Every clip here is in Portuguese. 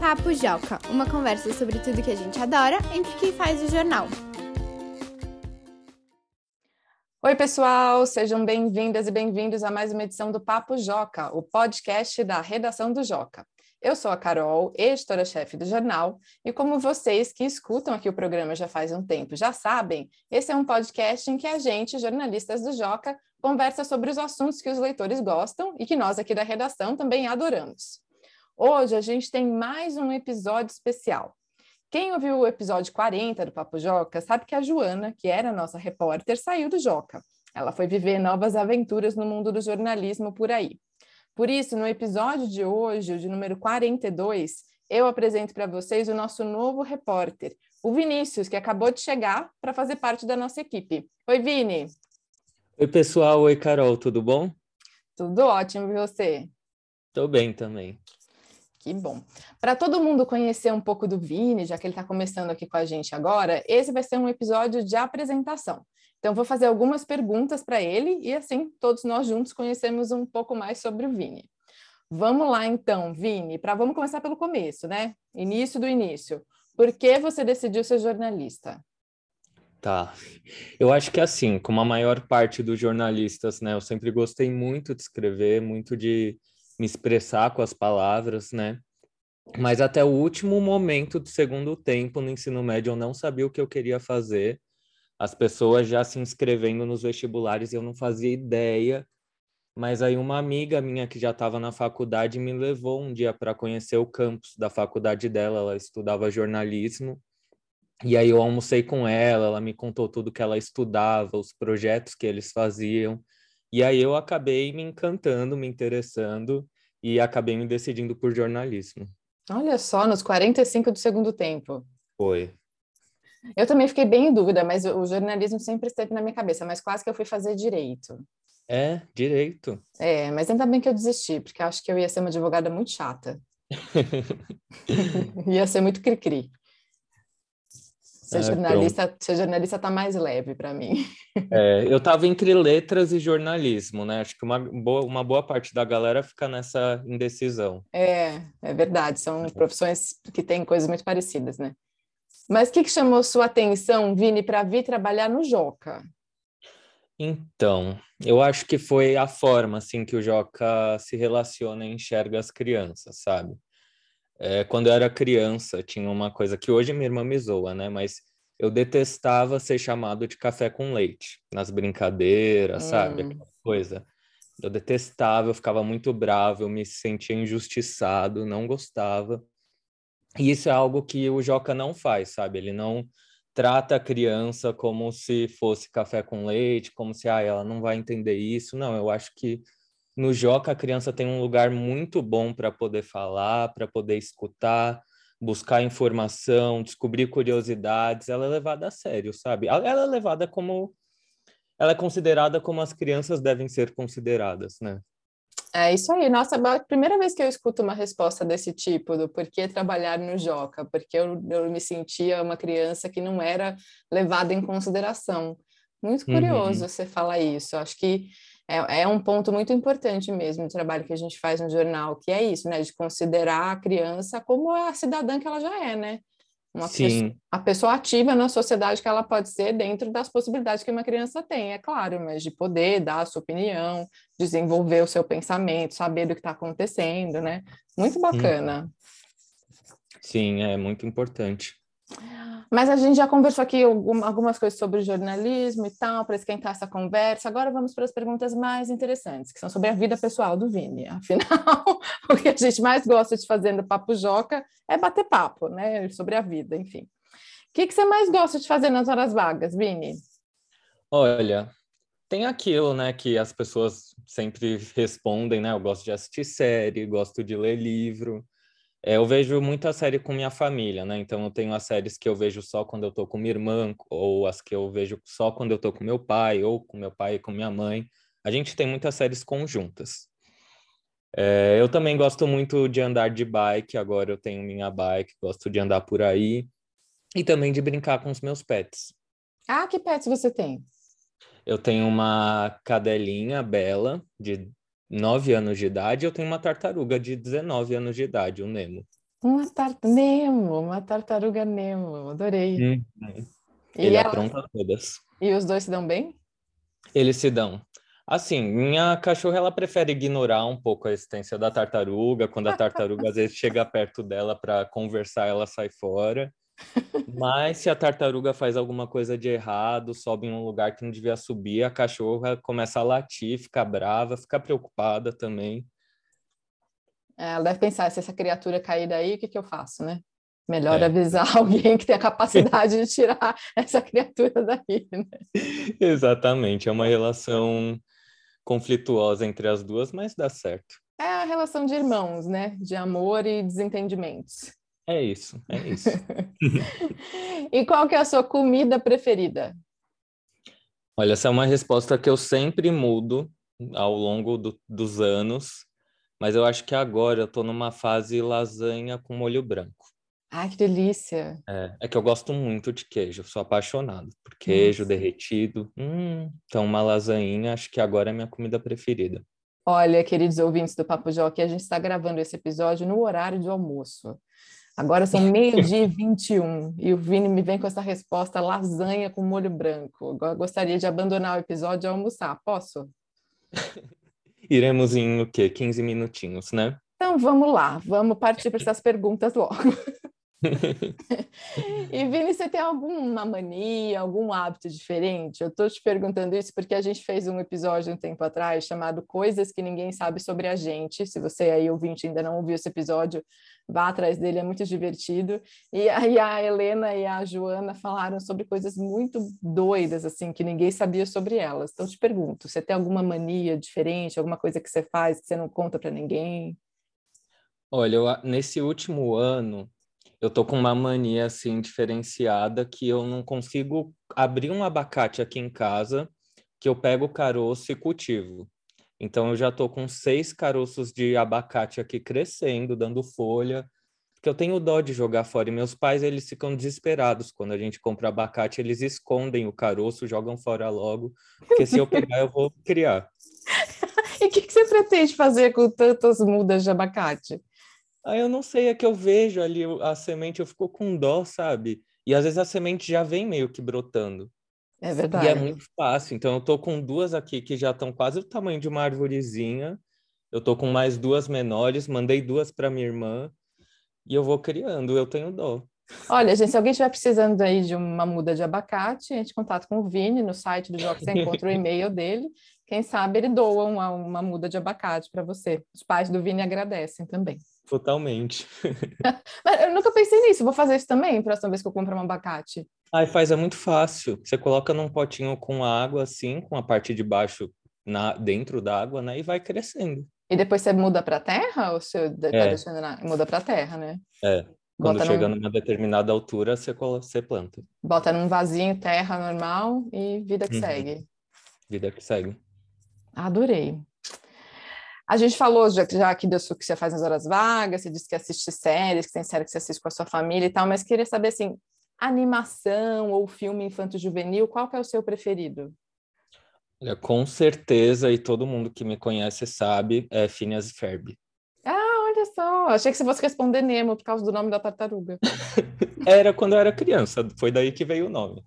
Papo Joca, uma conversa sobre tudo que a gente adora entre quem faz o jornal. Oi, pessoal, sejam bem-vindas e bem-vindos a mais uma edição do Papo Joca, o podcast da redação do Joca. Eu sou a Carol, editora-chefe do jornal, e como vocês que escutam aqui o programa já faz um tempo já sabem, esse é um podcast em que a gente, jornalistas do Joca, conversa sobre os assuntos que os leitores gostam e que nós aqui da redação também adoramos. Hoje a gente tem mais um episódio especial. Quem ouviu o episódio 40 do Papo Joca sabe que a Joana, que era a nossa repórter, saiu do Joca. Ela foi viver novas aventuras no mundo do jornalismo por aí. Por isso, no episódio de hoje, o de número 42, eu apresento para vocês o nosso novo repórter, o Vinícius, que acabou de chegar para fazer parte da nossa equipe. Oi, Vini! Oi, pessoal. Oi, Carol. Tudo bom? Tudo ótimo, e você? Tô bem também. Que bom. Para todo mundo conhecer um pouco do Vini, já que ele está começando aqui com a gente agora, esse vai ser um episódio de apresentação. Então, vou fazer algumas perguntas para ele e, assim, todos nós juntos conhecemos um pouco mais sobre o Vini. Vamos lá, então, Vini, vamos começar pelo começo, né? Início do início. Por que você decidiu ser jornalista? Tá. Eu acho que assim, como a maior parte dos jornalistas, né? Eu sempre gostei muito de escrever, muito de me expressar com as palavras, né? Mas até o último momento do segundo tempo no ensino médio eu não sabia o que eu queria fazer. As pessoas já se inscrevendo nos vestibulares e eu não fazia ideia. Mas aí uma amiga minha que já estava na faculdade me levou um dia para conhecer o campus da faculdade dela. Ela estudava jornalismo. E aí eu almocei com ela, ela me contou tudo que ela estudava, os projetos que eles faziam. E aí eu acabei me encantando, me interessando e acabei me decidindo por jornalismo. Olha só, nos 45 do segundo tempo. Foi. Eu também fiquei bem em dúvida, mas o jornalismo sempre esteve na minha cabeça, mas quase que eu fui fazer direito. É, direito. Mas ainda bem que eu desisti, porque eu acho que eu ia ser uma advogada muito chata. Ia ser muito cri-cri. Ser jornalista tá mais leve para mim. Eu estava entre letras e jornalismo, né? Acho que uma boa parte da galera fica nessa indecisão. É verdade, são profissões que têm coisas muito parecidas, né? Mas o que chamou sua atenção, Vini, para vir trabalhar no Joca? Então, eu acho que foi a forma assim que o Joca se relaciona e enxerga as crianças, sabe? Quando eu era criança, tinha uma coisa que hoje minha irmã me zoa, né? Mas eu detestava ser chamado de café com leite nas brincadeiras, sabe? Aquela coisa. Eu detestava, eu ficava muito bravo, eu me sentia injustiçado, não gostava. E isso é algo que o Joca não faz, sabe? Ele não trata a criança como se fosse café com leite, como se ela não vai entender isso. Não, eu acho que no Joca a criança tem um lugar muito bom para poder falar, para poder escutar, buscar informação, descobrir curiosidades. Ela é levada a sério, sabe? Ela é levada como... Ela é considerada como as crianças devem ser consideradas, né? É isso aí. Nossa, é a primeira vez que eu escuto uma resposta desse tipo, do por que trabalhar no Joca, porque eu me sentia uma criança que não era levada em consideração. Muito curioso você falar isso. Acho que é um ponto muito importante mesmo do trabalho que a gente faz no jornal, que é isso, né? De considerar a criança como a cidadã que ela já é, né? Sim. A pessoa ativa na sociedade que ela pode ser dentro das possibilidades que uma criança tem, é claro, mas de poder dar a sua opinião, desenvolver o seu pensamento, saber do que está acontecendo, né? Muito bacana. Sim, é muito importante. Mas a gente já conversou aqui algumas coisas sobre jornalismo e tal, para esquentar essa conversa. Agora vamos para as perguntas mais interessantes, que são sobre a vida pessoal do Vini. Afinal, o que a gente mais gosta de fazer no Papo Joca é bater papo, né? Sobre a vida, enfim. O que você mais gosta de fazer nas horas vagas, Vini? Olha, tem aquilo, né, que as pessoas sempre respondem, né? Eu gosto de assistir série, gosto de ler livro. Eu vejo muita série com minha família, né? Então eu tenho as séries que eu vejo só quando eu tô com minha irmã, ou as que eu vejo só quando eu tô com meu pai, ou com meu pai e com minha mãe. A gente tem muitas séries conjuntas. Eu também gosto muito de andar de bike, agora eu tenho minha bike, gosto de andar por aí, e também de brincar com os meus pets. Ah, que pets você tem? Eu tenho uma cadelinha bela, de 9 anos de idade, e eu tenho uma tartaruga de 19 anos de idade, o Nemo. Nemo, uma tartaruga Nemo, adorei. Hum. E Ele ela, apronta todas. e os dois se dão bem? Eles se dão. Assim, minha cachorra, ela prefere ignorar um pouco a existência da tartaruga. Quando a tartaruga às vezes chega perto dela para conversar, ela sai fora. Mas se a tartaruga faz alguma coisa de errado, sobe em um lugar que não devia subir, a cachorra começa a latir, fica brava, fica preocupada também. Ela deve pensar, se essa criatura cair daí, o que que eu faço, né? Melhor É, avisar alguém que tem a capacidade de tirar essa criatura daí, né? exatamente. É uma relação conflituosa entre as duas, mas dá certo. É a relação de irmãos, né? De amor e desentendimentos. É isso, é isso. E qual que é a sua comida preferida? Olha, essa é uma resposta que eu sempre mudo ao longo dos anos, mas eu acho que agora eu tô numa fase lasanha com molho branco. Ai, que delícia! É que eu gosto muito de queijo, sou apaixonado por queijo Nossa. derretido. Então, uma lasanha, acho que agora é minha comida preferida. Olha, queridos ouvintes do Papo Jockey, a gente está gravando esse episódio no horário de almoço. Agora são 12h21 e o Vini me vem com essa resposta: lasanha com molho branco. Agora eu gostaria de abandonar o episódio e almoçar. Posso? Iremos em o quê? 15 minutinhos, né? Então vamos lá, vamos partir para essas perguntas logo. E Vini, você tem alguma mania, algum hábito diferente? Eu estou te perguntando isso porque a gente fez um episódio um tempo atrás chamado Coisas que Ninguém Sabe sobre a Gente. Se você aí, ouvinte, ainda não ouviu esse episódio, vá atrás dele, é muito divertido. E aí a Helena e a Joana falaram sobre coisas muito doidas, assim, que ninguém sabia sobre elas. Então, eu te pergunto, você tem alguma mania diferente, alguma coisa que você faz que você não conta para ninguém? Olha, nesse último ano, eu tô com uma mania assim diferenciada que eu não consigo abrir um abacate aqui em casa, que eu pego o caroço e cultivo. Então eu já tô com 6 caroços de abacate aqui crescendo, dando folha, porque eu tenho dó de jogar fora. E meus pais, eles ficam desesperados quando a gente compra abacate, eles escondem o caroço, jogam fora logo, porque se eu pegar eu vou criar. E o que você pretende fazer com tantas mudas de abacate? Aí eu não sei, é que eu vejo ali a semente, eu fico com dó, sabe? E às vezes a semente já vem meio que brotando. É E é verdade. muito fácil. Então eu tô com 2 aqui que já estão quase o tamanho de uma arvorezinha. Eu tô com mais 2 menores, mandei 2 para minha irmã e eu vou criando, eu tenho dó. Olha, gente, se alguém estiver precisando aí de uma muda de abacate, entre em contato com o Vini, no site do Joca você encontra o e-mail dele. Quem sabe ele doa uma muda de abacate para você. Os pais do Vini agradecem também. Totalmente. Mas eu nunca pensei nisso, vou fazer isso também, próxima vez que eu comprar um abacate. Aí faz, é muito fácil. Você coloca num potinho com água, assim, com a parte de baixo dentro da água, né? E vai crescendo. E depois você muda para terra ou você tá É, deixando muda para terra, né? é. Quando Bota chega num, numa determinada altura, você planta. bota num vasinho, terra normal e vida que Uhum. segue. Vida que segue. Adorei. A gente falou já aqui do que você faz nas horas vagas, você disse que assiste séries, que tem série que você assiste com a sua família e tal, mas queria saber, assim, animação ou filme infanto-juvenil, qual que é o seu preferido? Olha, com certeza, e todo mundo que me conhece sabe, é Phineas e Ferb. Ah, olha só, achei que você fosse responder Nemo por causa do nome da tartaruga. Era quando eu era criança, foi daí que veio o nome.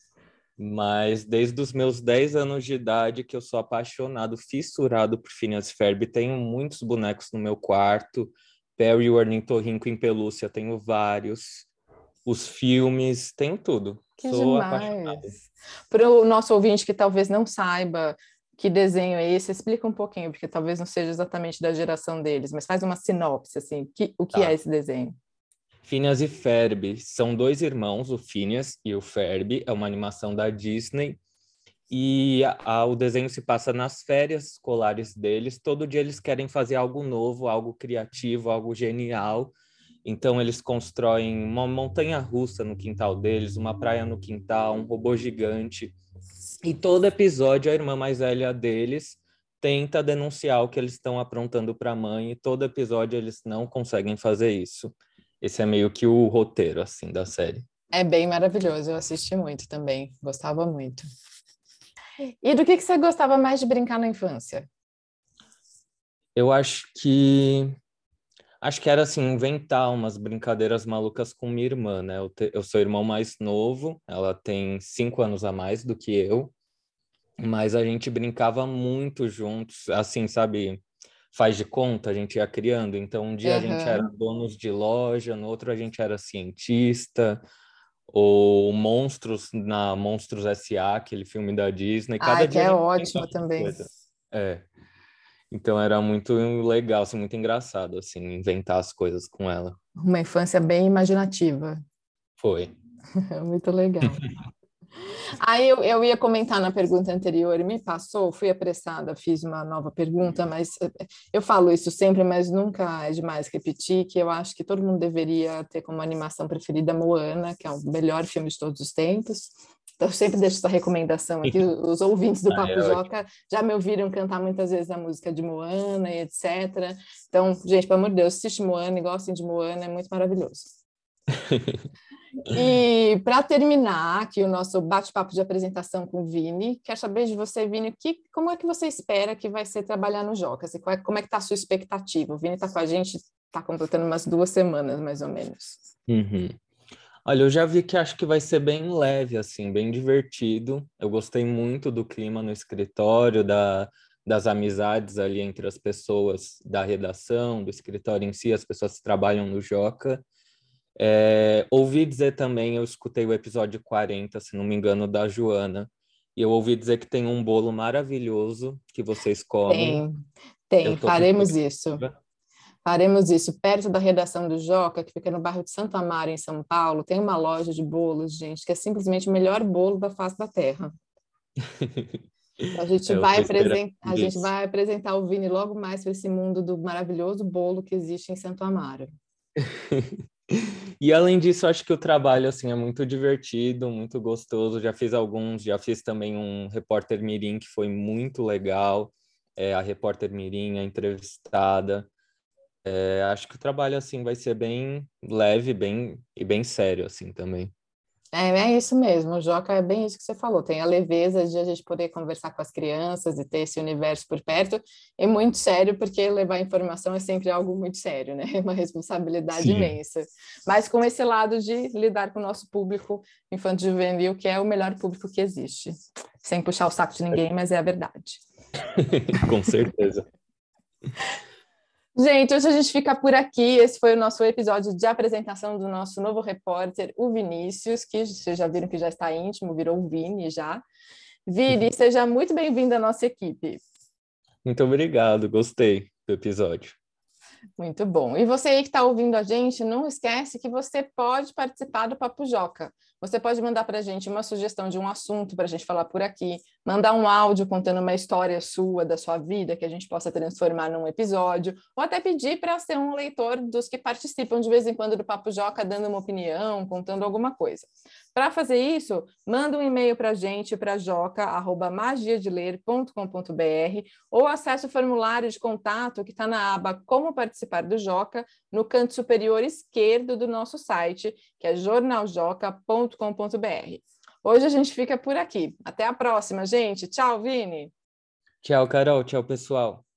Mas desde os meus 10 anos de idade que eu sou apaixonado, fissurado por Phineas e Ferb. Tenho muitos bonecos no meu quarto. Perry e o Ornitorrinco em pelúcia, tenho vários. Os filmes, tenho tudo. Que Sou apaixonado. demais! Para o nosso ouvinte que talvez não saiba que desenho é esse, explica um pouquinho, porque talvez não seja exatamente da geração deles, mas faz uma sinopse, assim, o que é Tá. esse desenho? Phineas e Ferb são 2 irmãos, o Phineas e o Ferb. É uma animação da Disney. E o desenho se passa nas férias escolares deles. Todo dia eles querem fazer algo novo, algo criativo, algo genial. Então eles constroem uma montanha-russa no quintal deles, uma praia no quintal, um robô gigante. E todo episódio a irmã mais velha deles tenta denunciar o que eles estão aprontando para a mãe, e todo episódio eles não conseguem fazer isso. Esse é meio que o roteiro assim da série. É bem maravilhoso, eu assisti muito também, gostava muito. E do que você gostava mais de brincar na infância? Eu acho que Acho que era assim, inventar umas brincadeiras malucas com minha irmã, né? Eu sou irmão mais novo, ela tem 5 anos a mais do que eu, mas a gente brincava muito juntos, assim, sabe? Faz de conta, a gente ia criando. Então, um dia a gente era Aham. donos de loja, no outro a gente era cientista, ou monstros na Monstros S.A., aquele filme da Disney. Ai, Cada que dia a é gente ótimo inventava uma também. coisa. É. Então era muito legal, assim, muito engraçado, assim, inventar as coisas com ela. Uma infância bem imaginativa. Foi. Muito legal. Aí eu ia comentar na pergunta anterior, e me passou, fui apressada, fiz uma nova pergunta, mas eu falo isso sempre, mas nunca é demais repetir, que eu acho que todo mundo deveria ter como animação preferida Moana, que é o melhor filme de todos os tempos. Então, eu sempre deixo essa recomendação aqui. Os ouvintes do Ah, Papo é ótimo. Joca já me ouviram cantar muitas vezes a música de Moana e etc. Então, gente, pelo amor de Deus, assiste Moana e gostem de Moana, é muito maravilhoso. E para terminar aqui o nosso bate-papo de apresentação com o Vini, quero saber de você, Vini, como é que você espera que vai ser trabalhar no Joca? Assim, como é que está a sua expectativa? O Vini está com a gente, está completando umas 2 semanas, mais ou menos. Uhum. Olha, eu já vi que acho que vai ser bem leve, assim, bem divertido. Eu gostei muito do clima no escritório, das amizades ali entre as pessoas da redação, do escritório em si, as pessoas que trabalham no Joca. Ouvi dizer também, eu escutei o episódio 40, se não me engano, da Joana, e eu ouvi dizer que tem um bolo maravilhoso que vocês comem. Tem, Eu tem, tô com faremos isso. expectativa. Faremos isso perto da redação do Joca, que fica no bairro de Santo Amaro, em São Paulo. Tem uma loja de bolos, gente, que é simplesmente o melhor bolo da face da terra. Então, Eu tô esperando a gente isso. vai apresentar o Vini logo mais para esse mundo do maravilhoso bolo que existe em Santo Amaro. E além disso, acho que o trabalho assim é muito divertido, muito gostoso. Já fiz alguns, já fiz também um repórter mirim que foi muito legal. A repórter mirim, a entrevistada. Acho que o trabalho assim vai ser bem leve, bem sério assim também. É isso mesmo, o Joca é bem isso que você falou, tem a leveza de a gente poder conversar com as crianças e ter esse universo por perto, e muito sério, porque levar informação é sempre algo muito sério, né? É uma responsabilidade Sim. imensa. Mas com esse lado de lidar com o nosso público infanto-juvenil, que é o melhor público que existe. Sem puxar o saco de ninguém, mas é a verdade. Com certeza. Gente, hoje a gente fica por aqui. Esse foi o nosso episódio de apresentação do nosso novo repórter, o Vinícius, que vocês já viram que já está íntimo, virou o Vini já. Vini, seja muito bem-vindo à nossa equipe. Muito obrigado, gostei do episódio. Muito bom. E você aí que está ouvindo a gente, não esquece que você pode participar do Papo Joca. Você pode mandar para a gente uma sugestão de um assunto para a gente falar por aqui, mandar um áudio contando uma história sua, da sua vida, que a gente possa transformar num episódio, ou até pedir para ser um leitor dos que participam de vez em quando do Papo Joca, dando uma opinião, contando alguma coisa. Para fazer isso, manda um e-mail para a gente, para joca@magiadeler.com.br, ou acesse o formulário de contato que está na aba Como Participar do Joca, no canto superior esquerdo do nosso site, que é jornaljoca.com.br. Hoje a gente fica por aqui. Até a próxima, gente. Tchau, Vini. Tchau, Carol. Tchau, pessoal.